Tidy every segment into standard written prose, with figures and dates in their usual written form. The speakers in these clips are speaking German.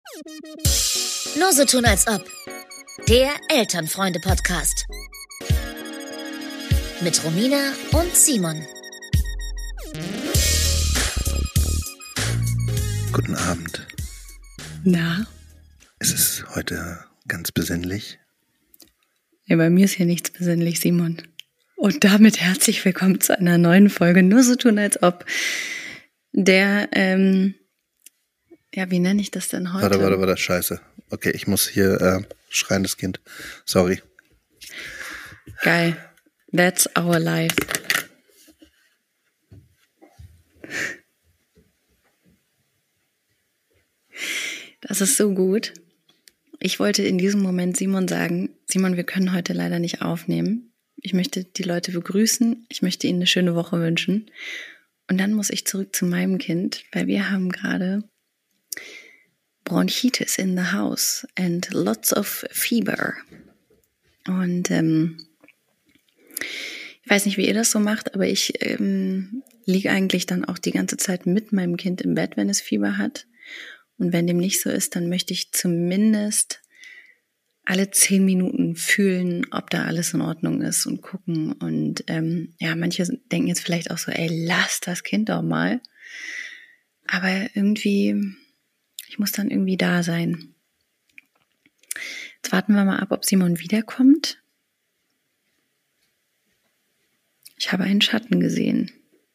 Nur so tun als ob. Der Elternfreunde-Podcast. Mit Romina und Simon. Guten Abend. Na? Es ist heute ganz besinnlich. Ja, bei mir ist hier nichts besinnlich, Simon. Und damit herzlich willkommen zu einer neuen Folge Nur so tun als ob. Der, wie nenne ich das denn heute? Warte, scheiße. Okay, ich muss hier schreiendes Kind. Sorry. Geil. That's our life. Das ist so gut. Ich wollte in diesem Moment Simon sagen, Simon, wir können heute leider nicht aufnehmen. Ich möchte die Leute begrüßen. Ich möchte ihnen eine schöne Woche wünschen. Und dann muss ich zurück zu meinem Kind, weil wir haben gerade Bronchitis in the house and lots of fever. Und ich weiß nicht, wie ihr das so macht, aber ich liege eigentlich dann auch die ganze Zeit mit meinem Kind im Bett, wenn es Fieber hat. Und wenn dem nicht so ist, dann möchte ich zumindest alle 10 Minuten fühlen, ob da alles in Ordnung ist und gucken. Und manche denken jetzt vielleicht auch so, lass das Kind doch mal. Aber irgendwie, ich muss dann irgendwie da sein. Jetzt warten wir mal ab, ob Simon wiederkommt. Ich habe einen Schatten gesehen.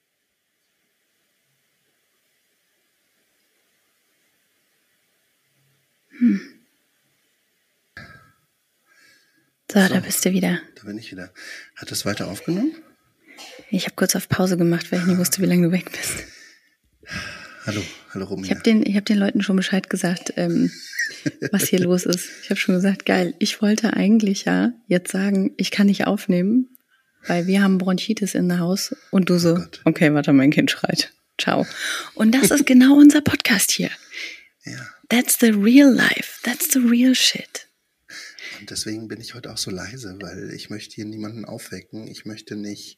So, da bist du wieder. Da bin ich wieder. Hat es weiter aufgenommen? Ich habe kurz auf Pause gemacht, weil ich nicht wusste, wie lange du weg bist. Hallo Romina. Ich hab den Leuten schon Bescheid gesagt, was hier los ist. Ich habe schon gesagt, geil, ich wollte eigentlich ja jetzt sagen, ich kann nicht aufnehmen, weil wir haben Bronchitis in der Haus. Und du so, okay, warte, mein Kind schreit. Ciao. Und das ist genau unser Podcast hier. Ja. That's the real life. That's the real shit. Und deswegen bin ich heute auch so leise, weil ich möchte hier niemanden aufwecken. Ich möchte nicht,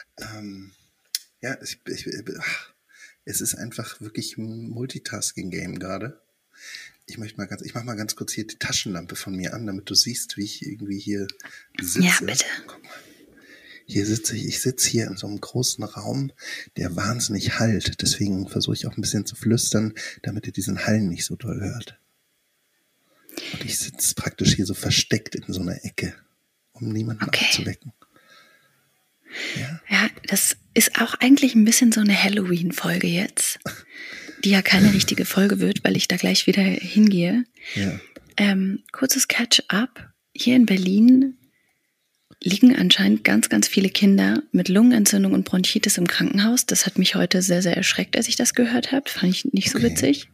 es ist einfach wirklich ein Multitasking-Game gerade. Ich mache mal ganz kurz hier die Taschenlampe von mir an, damit du siehst, wie ich irgendwie hier sitze. Ja, bitte. Guck mal. Hier sitze ich sitze hier in so einem großen Raum, der wahnsinnig hallt. Deswegen versuche ich auch ein bisschen zu flüstern, damit ihr diesen Hall nicht so doll hört. Und ich sitze praktisch hier so versteckt in so einer Ecke, um niemanden aufzuwecken. Ja, das ist auch eigentlich ein bisschen so eine Halloween-Folge jetzt, die ja keine richtige Folge wird, weil ich da gleich wieder hingehe. Ja. Kurzes Catch-up. Hier in Berlin liegen anscheinend ganz, ganz viele Kinder mit Lungenentzündung und Bronchitis im Krankenhaus. Das hat mich heute sehr, sehr erschreckt, als ich das gehört habe. Fand ich nicht so witzig.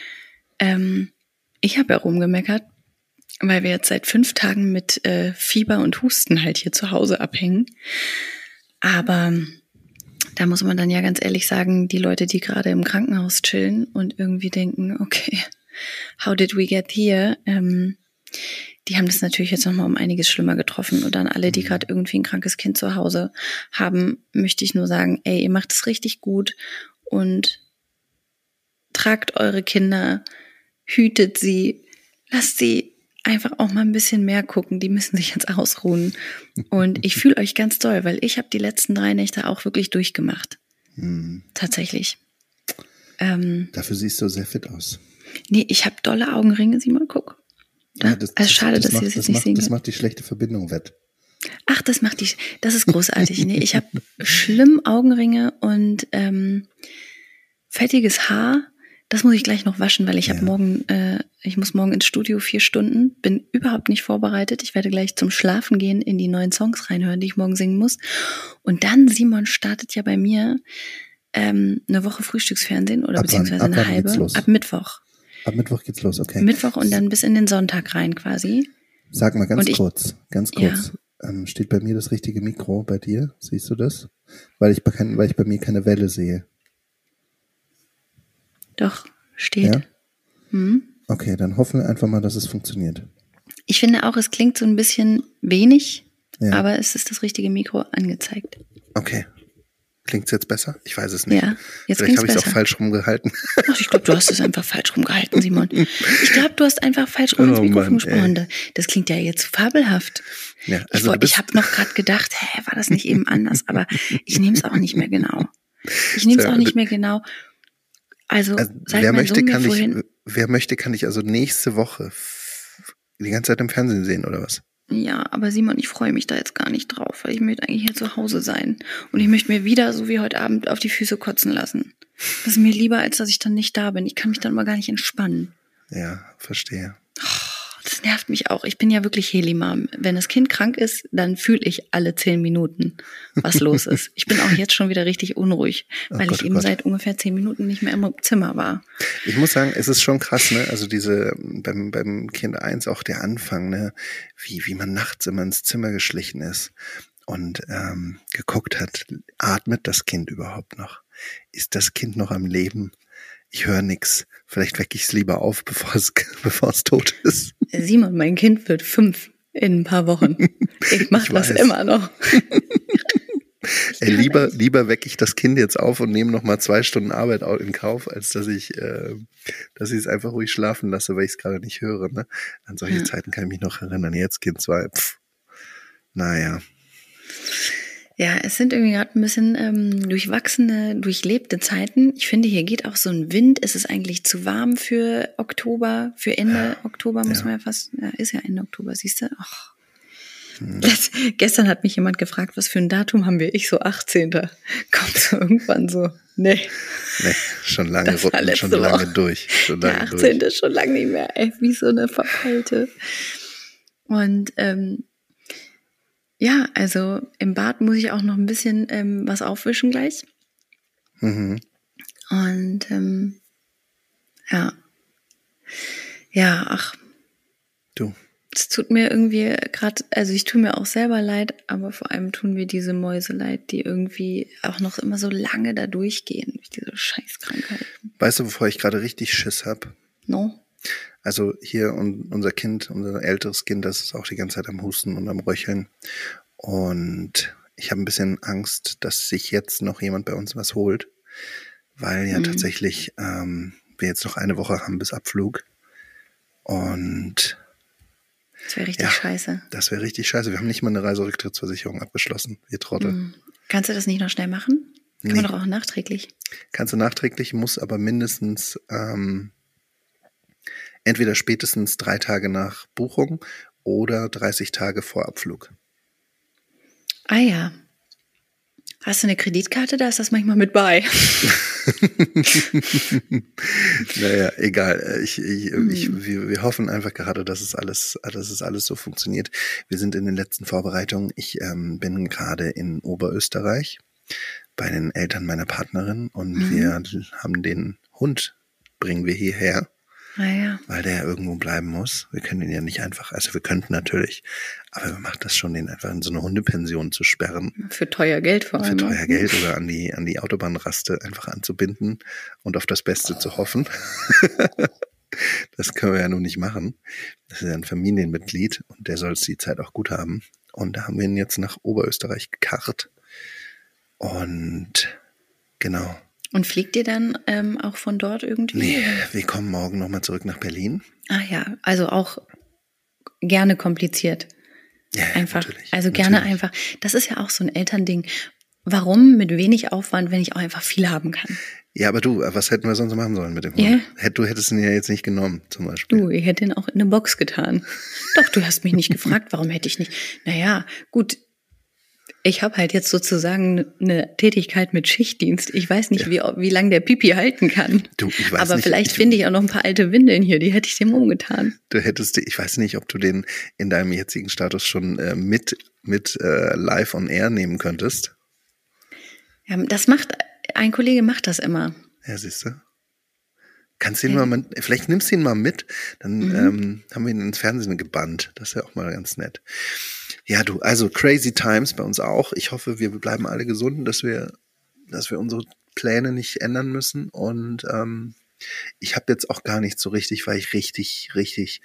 Ich habe ja rumgemeckert, weil wir jetzt seit 5 Tagen mit Fieber und Husten halt hier zu Hause abhängen. Aber da muss man dann ja ganz ehrlich sagen, die Leute, die gerade im Krankenhaus chillen und irgendwie denken, okay, how did we get here? Die haben das natürlich jetzt nochmal um einiges schlimmer getroffen. Und an alle, die gerade irgendwie ein krankes Kind zu Hause haben, möchte ich nur sagen, ihr macht es richtig gut und tragt eure Kinder, hütet sie, lasst sie einfach auch mal ein bisschen mehr gucken. Die müssen sich jetzt ausruhen. Und ich fühle euch ganz doll, weil ich habe die letzten 3 Nächte auch wirklich durchgemacht. Tatsächlich. Dafür siehst du sehr fit aus. Nee, ich habe dolle Augenringe, Simon, guck. Ja, schade, dass ihr das jetzt nicht sehen könnt. Das macht die schlechte Verbindung wett. Ach, das ist großartig. Nee, ich habe schlimm Augenringe und fettiges Haar. Das muss ich gleich noch waschen, weil ich muss morgen ins Studio 4 Stunden, bin überhaupt nicht vorbereitet. Ich werde gleich zum Schlafen gehen, in die neuen Songs reinhören, die ich morgen singen muss. Und dann, Simon, startet ja bei mir eine Woche Frühstücksfernsehen oder beziehungsweise eine halbe. Ab Mittwoch. Ab Mittwoch geht's los, okay. Mittwoch und dann bis in den Sonntag rein quasi. Sag mal ganz kurz. Ja. Steht bei mir das richtige Mikro bei dir? Siehst du das? Weil ich bei mir keine Welle sehe. Doch, steht. Ja? Okay, dann hoffen wir einfach mal, dass es funktioniert. Ich finde auch, es klingt so ein bisschen wenig, aber es ist das richtige Mikro angezeigt. Okay. Klingt's jetzt besser? Ich weiß es nicht. Ja, jetzt Vielleicht klingt's habe ich es auch besser. falsch rumgehalten. Ach, ich glaube, du hast es einfach falsch rumgehalten, Simon. Ich glaube, du hast einfach falsch rum ins Oh Mikrofon Mann, gesprochen. Das klingt ja jetzt fabelhaft. Ja, also Ich habe noch gerade gedacht, war das nicht eben anders? Aber ich nehme es auch nicht mehr genau. Also seit wer mein möchte, Sohn mir vorhin... kann ich also nächste Woche die ganze Zeit im Fernsehen sehen, oder was? Ja, aber Simon, ich freue mich da jetzt gar nicht drauf, weil ich möchte eigentlich hier zu Hause sein. Und ich möchte mir wieder, so wie heute Abend, auf die Füße kotzen lassen. Das ist mir lieber, als dass ich dann nicht da bin. Ich kann mich dann mal gar nicht entspannen. Ja, verstehe. Das nervt mich auch. Ich bin ja wirklich Helimam. Wenn das Kind krank ist, dann fühle ich alle 10 Minuten, was los ist. Ich bin auch jetzt schon wieder richtig unruhig, weil ich eben seit ungefähr 10 Minuten nicht mehr im Zimmer war. Ich muss sagen, es ist schon krass, ne? Also beim Kind 1 auch der Anfang, ne? Wie man nachts immer ins Zimmer geschlichen ist und geguckt hat, atmet das Kind überhaupt noch? Ist das Kind noch am Leben? Ich höre nix. Vielleicht wecke ich es lieber auf, bevor es tot ist. Simon, mein Kind wird 5 in ein paar Wochen. Ich mache das immer noch. Lieber wecke ich das Kind jetzt auf und nehme noch mal 2 Stunden Arbeit in Kauf, als dass ich es einfach ruhig schlafen lasse, weil ich es gerade nicht höre. Ne? An solche Zeiten kann ich mich noch erinnern. Jetzt Kind 2, naja. Ja, es sind irgendwie gerade ein bisschen durchwachsene, durchlebte Zeiten. Ich finde, hier geht auch so ein Wind. Es ist eigentlich zu warm für Oktober, für Ende Oktober muss man ja fast, ist ja Ende Oktober, siehst du? Ach. Gestern hat mich jemand gefragt, was für ein Datum haben wir? Ich so 18. Kommt so irgendwann so, nee, schon lange durch. Der 18. ist schon lange nicht mehr, wie so eine Verpeilte. Und ja, also im Bad muss ich auch noch ein bisschen was aufwischen gleich. Mhm. Und Du. Es tut mir irgendwie gerade, also ich tue mir auch selber leid, aber vor allem tun mir diese Mäuse leid, die irgendwie auch noch immer so lange da durchgehen, durch diese Scheißkrankheiten. Weißt du, wovor ich gerade richtig Schiss hab? No? Also hier unser älteres Kind, das ist auch die ganze Zeit am Husten und am Röcheln. Und ich habe ein bisschen Angst, dass sich jetzt noch jemand bei uns was holt, weil ja tatsächlich wir jetzt noch eine Woche haben bis Abflug. Und das wäre richtig scheiße. Das wäre richtig scheiße. Wir haben nicht mal eine Reiserücktrittsversicherung abgeschlossen, wir Trottel. Kannst du das nicht noch schnell machen? Kann man doch auch nachträglich. Kannst du nachträglich, muss aber mindestens entweder spätestens 3 Tage nach Buchung oder 30 Tage vor Abflug. Ah ja. Hast du eine Kreditkarte? Da ist das manchmal mit bei. Naja, egal. Wir hoffen einfach gerade, dass es alles so funktioniert. Wir sind in den letzten Vorbereitungen. Ich bin gerade in Oberösterreich bei den Eltern meiner Partnerin und wir haben den Hund, bringen wir hierher. Ah ja. Weil der ja irgendwo bleiben muss. Wir können ihn ja nicht einfach, also wir könnten natürlich, aber wir machen das schon, den einfach in so eine Hundepension zu sperren. Für teuer Geld vor allem. Für teuer Geld oder an die Autobahnraste einfach anzubinden und auf das Beste zu hoffen. Das können wir ja nun nicht machen. Das ist ja ein Familienmitglied und der soll es die Zeit auch gut haben. Und da haben wir ihn jetzt nach Oberösterreich gekarrt. Und genau. Und fliegt ihr dann auch von dort irgendwie? Nee, wir kommen morgen nochmal zurück nach Berlin. Ah ja, also auch gerne kompliziert. Ja, einfach. Natürlich, also gerne einfach. Das ist ja auch so ein Elternding. Warum mit wenig Aufwand, wenn ich auch einfach viel haben kann? Ja, aber du, was hätten wir sonst machen sollen mit dem Hund? Du hättest ihn ja jetzt nicht genommen, zum Beispiel. Du, ich hätte ihn auch in eine Box getan. Doch, du hast mich nicht gefragt, warum hätte ich nicht? Naja, gut. Ich habe halt jetzt sozusagen eine Tätigkeit mit Schichtdienst. Ich weiß nicht, wie lange der Pipi halten kann. Du, ich weiß aber nicht, vielleicht finde ich auch noch ein paar alte Windeln hier, die hätte ich dem umgetan. Ich weiß nicht, ob du den in deinem jetzigen Status schon mit live on air nehmen könntest. Ja, ein Kollege macht das immer. Ja, siehst du. Kannst du ihn vielleicht nimmst du ihn mal mit, dann haben wir ihn ins Fernsehen gebannt. Das ist ja auch mal ganz nett. Ja, du, also crazy times bei uns auch. Ich hoffe, wir bleiben alle gesund, dass wir unsere Pläne nicht ändern müssen. Und ich habe jetzt auch gar nicht so richtig, weil ich richtig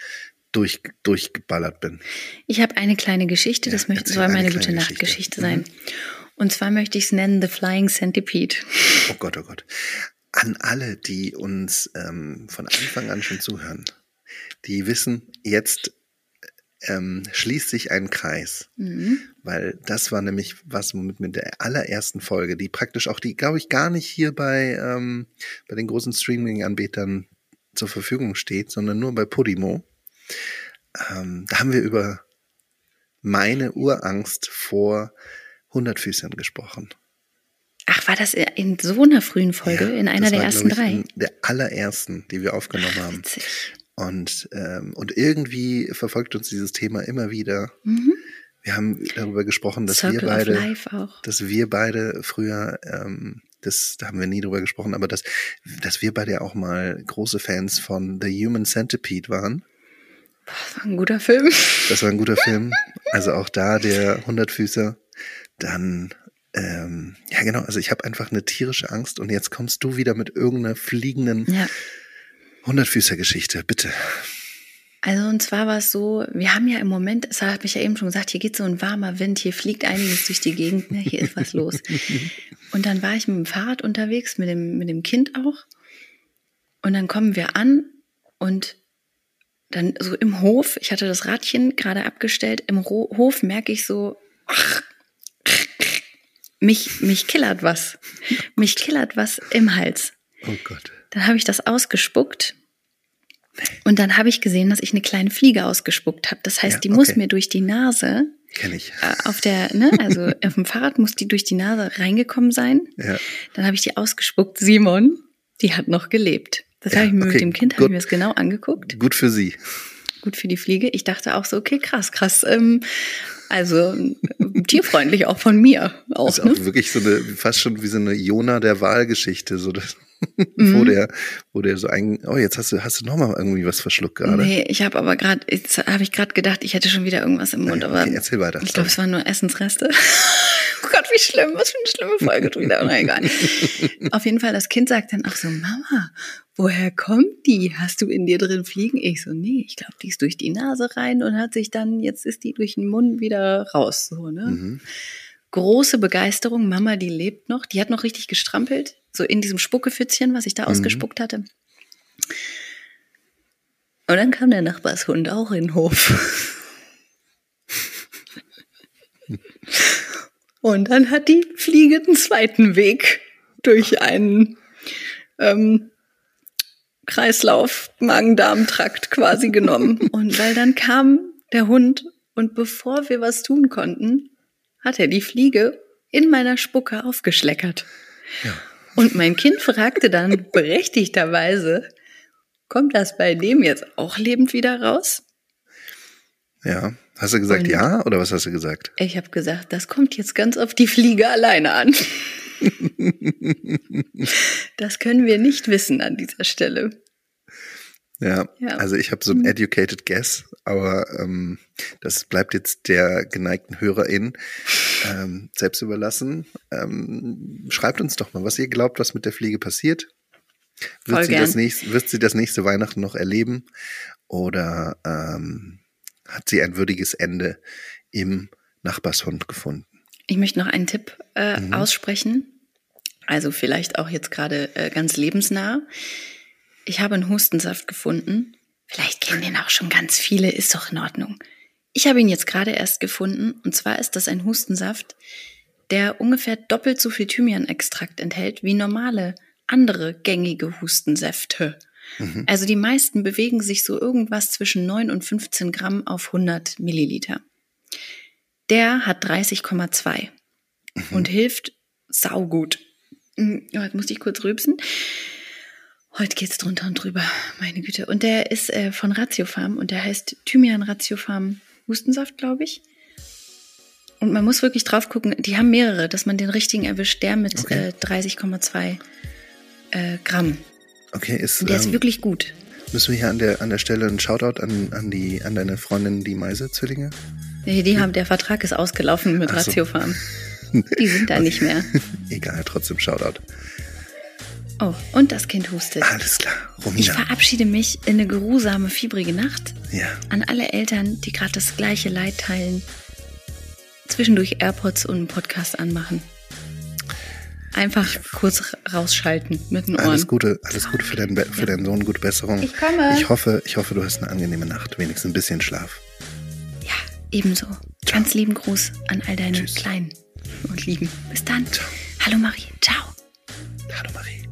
durchgeballert bin. Ich habe eine kleine Geschichte, das soll meine Gute-Nacht-Geschichte sein. Und zwar möchte ich es nennen The Flying Centipede. Oh Gott, oh Gott. An alle, die uns von Anfang an schon zuhören, die wissen, jetzt schließt sich ein Kreis. Weil das war nämlich was, womit mit der allerersten Folge, die praktisch auch die, glaube ich, gar nicht hier bei den großen Streaming-Anbietern zur Verfügung steht, sondern nur bei Podimo. Da haben wir über meine Urangst vor Hundertfüßern gesprochen. Ach, war das in so einer frühen Folge, Ja, in einer das der war, ersten glaub ich, 3? in der allerersten, die wir aufgenommen haben. Witzig. Und irgendwie verfolgt uns dieses Thema immer wieder. Wir haben darüber gesprochen, dass Circle of Life auch. dass wir beide früher, da haben wir nie drüber gesprochen, aber dass wir beide ja auch mal große Fans von The Human Centipede waren. Das war ein guter Film. Das war ein guter Film. Also auch da der Hundertfüßer. Dann, ja genau, also ich habe einfach eine tierische Angst und jetzt kommst du wieder mit irgendeiner fliegenden Hundertfüßer-Geschichte, bitte. Also und zwar war es so, wir haben ja im Moment, das habe ich ja eben schon gesagt, hier geht so ein warmer Wind, hier fliegt einiges durch die Gegend, ne? Hier ist was los. Und dann war ich mit dem Fahrrad unterwegs, mit dem Kind auch. Und dann kommen wir an und dann so im Hof, ich hatte das Radchen gerade abgestellt, im Hof merke ich so, mich killert was. Mich killert was im Hals. Oh Gott. Dann habe ich das ausgespuckt und dann habe ich gesehen, dass ich eine kleine Fliege ausgespuckt habe. Das heißt, Ja, die muss okay. mir durch die Nase, Kenn ich. also auf dem Fahrrad muss die durch die Nase reingekommen sein. Ja. Dann habe ich die ausgespuckt. Simon, die hat noch gelebt. Das Ja, habe ich mir okay, mit dem Kind, habe gut. ich mir das genau angeguckt. Gut für sie. Gut für die Fliege. Ich dachte auch so, okay, krass. Also tierfreundlich auch von mir. Auch, Das ist ne? auch wirklich fast schon wie so eine Jona der Wahlgeschichte, so das, wo der so jetzt hast du noch mal irgendwie was verschluckt gerade. Nee, jetzt habe ich gerade gedacht, ich hätte schon wieder irgendwas im Mund, aber Okay, erzähl weiter. ich glaube, es waren nur Essensreste. Oh Gott, wie schlimm, was für eine schlimme Folge wieder. Na, egal. Auf jeden Fall, das Kind sagt dann auch so, Mama, woher kommt die? Hast du in dir drin Fliegen? Ich so, nee, ich glaube, die ist durch die Nase rein und jetzt ist die durch den Mund wieder raus. So, ne? Große Begeisterung, Mama, die lebt noch. Die hat noch richtig gestrampelt, so in diesem Spuckepfützchen, was ich da ausgespuckt hatte. Und dann kam der Nachbarshund auch in den Hof. Und dann hat die Fliege den zweiten Weg durch einen Kreislauf, Magen-Darm-Trakt quasi genommen. Und weil dann kam der Hund und bevor wir was tun konnten, hat er die Fliege in meiner Spucke aufgeschleckert. Ja. Und mein Kind fragte dann berechtigterweise, kommt das bei dem jetzt auch lebend wieder raus? Ja. Hast du gesagt ja oder was hast du gesagt? Ich habe gesagt, das kommt jetzt ganz auf die Fliege alleine an. Das können wir nicht wissen an dieser Stelle. Ja. Also ich habe so ein educated guess, aber das bleibt jetzt der geneigten HörerIn selbst überlassen. Schreibt uns doch mal, was ihr glaubt, was mit der Fliege passiert. Wird sie das nächste Weihnachten noch erleben oder hat sie ein würdiges Ende im Nachbarshund gefunden? Ich möchte noch einen Tipp aussprechen. Also vielleicht auch jetzt gerade ganz lebensnah. Ich habe einen Hustensaft gefunden. Vielleicht kennen den auch schon ganz viele, ist doch in Ordnung. Ich habe ihn jetzt gerade erst gefunden. Und zwar ist das ein Hustensaft, der ungefähr doppelt so viel Thymianextrakt enthält wie normale andere gängige Hustensäfte. Also die meisten bewegen sich so irgendwas zwischen 9 und 15 Gramm auf 100 Milliliter. Der hat 30,2 und hilft saugut. Jetzt musste ich kurz rülpsen. Heute geht's drunter und drüber, meine Güte. Und der ist von Ratiofarm und der heißt Thymian Ratiofarm Hustensaft, glaube ich. Und man muss wirklich drauf gucken, die haben mehrere, dass man den richtigen erwischt, der mit 30,2 Gramm. Okay, und der ist wirklich gut. Müssen wir hier an der Stelle einen Shoutout an deine Freundin, die Meise-Zwillinge? Nee, der Vertrag ist ausgelaufen mit Ratiofarm. Die sind da nicht mehr. Egal, trotzdem Shoutout. Oh, und das Kind hustet. Alles klar, Romina. Ich verabschiede mich in eine geruhsame, fiebrige Nacht. Ja. An alle Eltern, die gerade das gleiche Leid teilen. zwischendurch AirPods und einen Podcast anmachen. Einfach kurz rausschalten mit den Ohren. Alles Gute für deinen Sohn, gute Besserung. Ich komme. Ich hoffe, du hast eine angenehme Nacht, wenigstens ein bisschen Schlaf. Ja, ebenso. Ciao. Ganz lieben Gruß an all deine Tschüss. Kleinen und Lieben. Bis dann. Ciao. Hallo Marie. Ciao. Hallo Marie.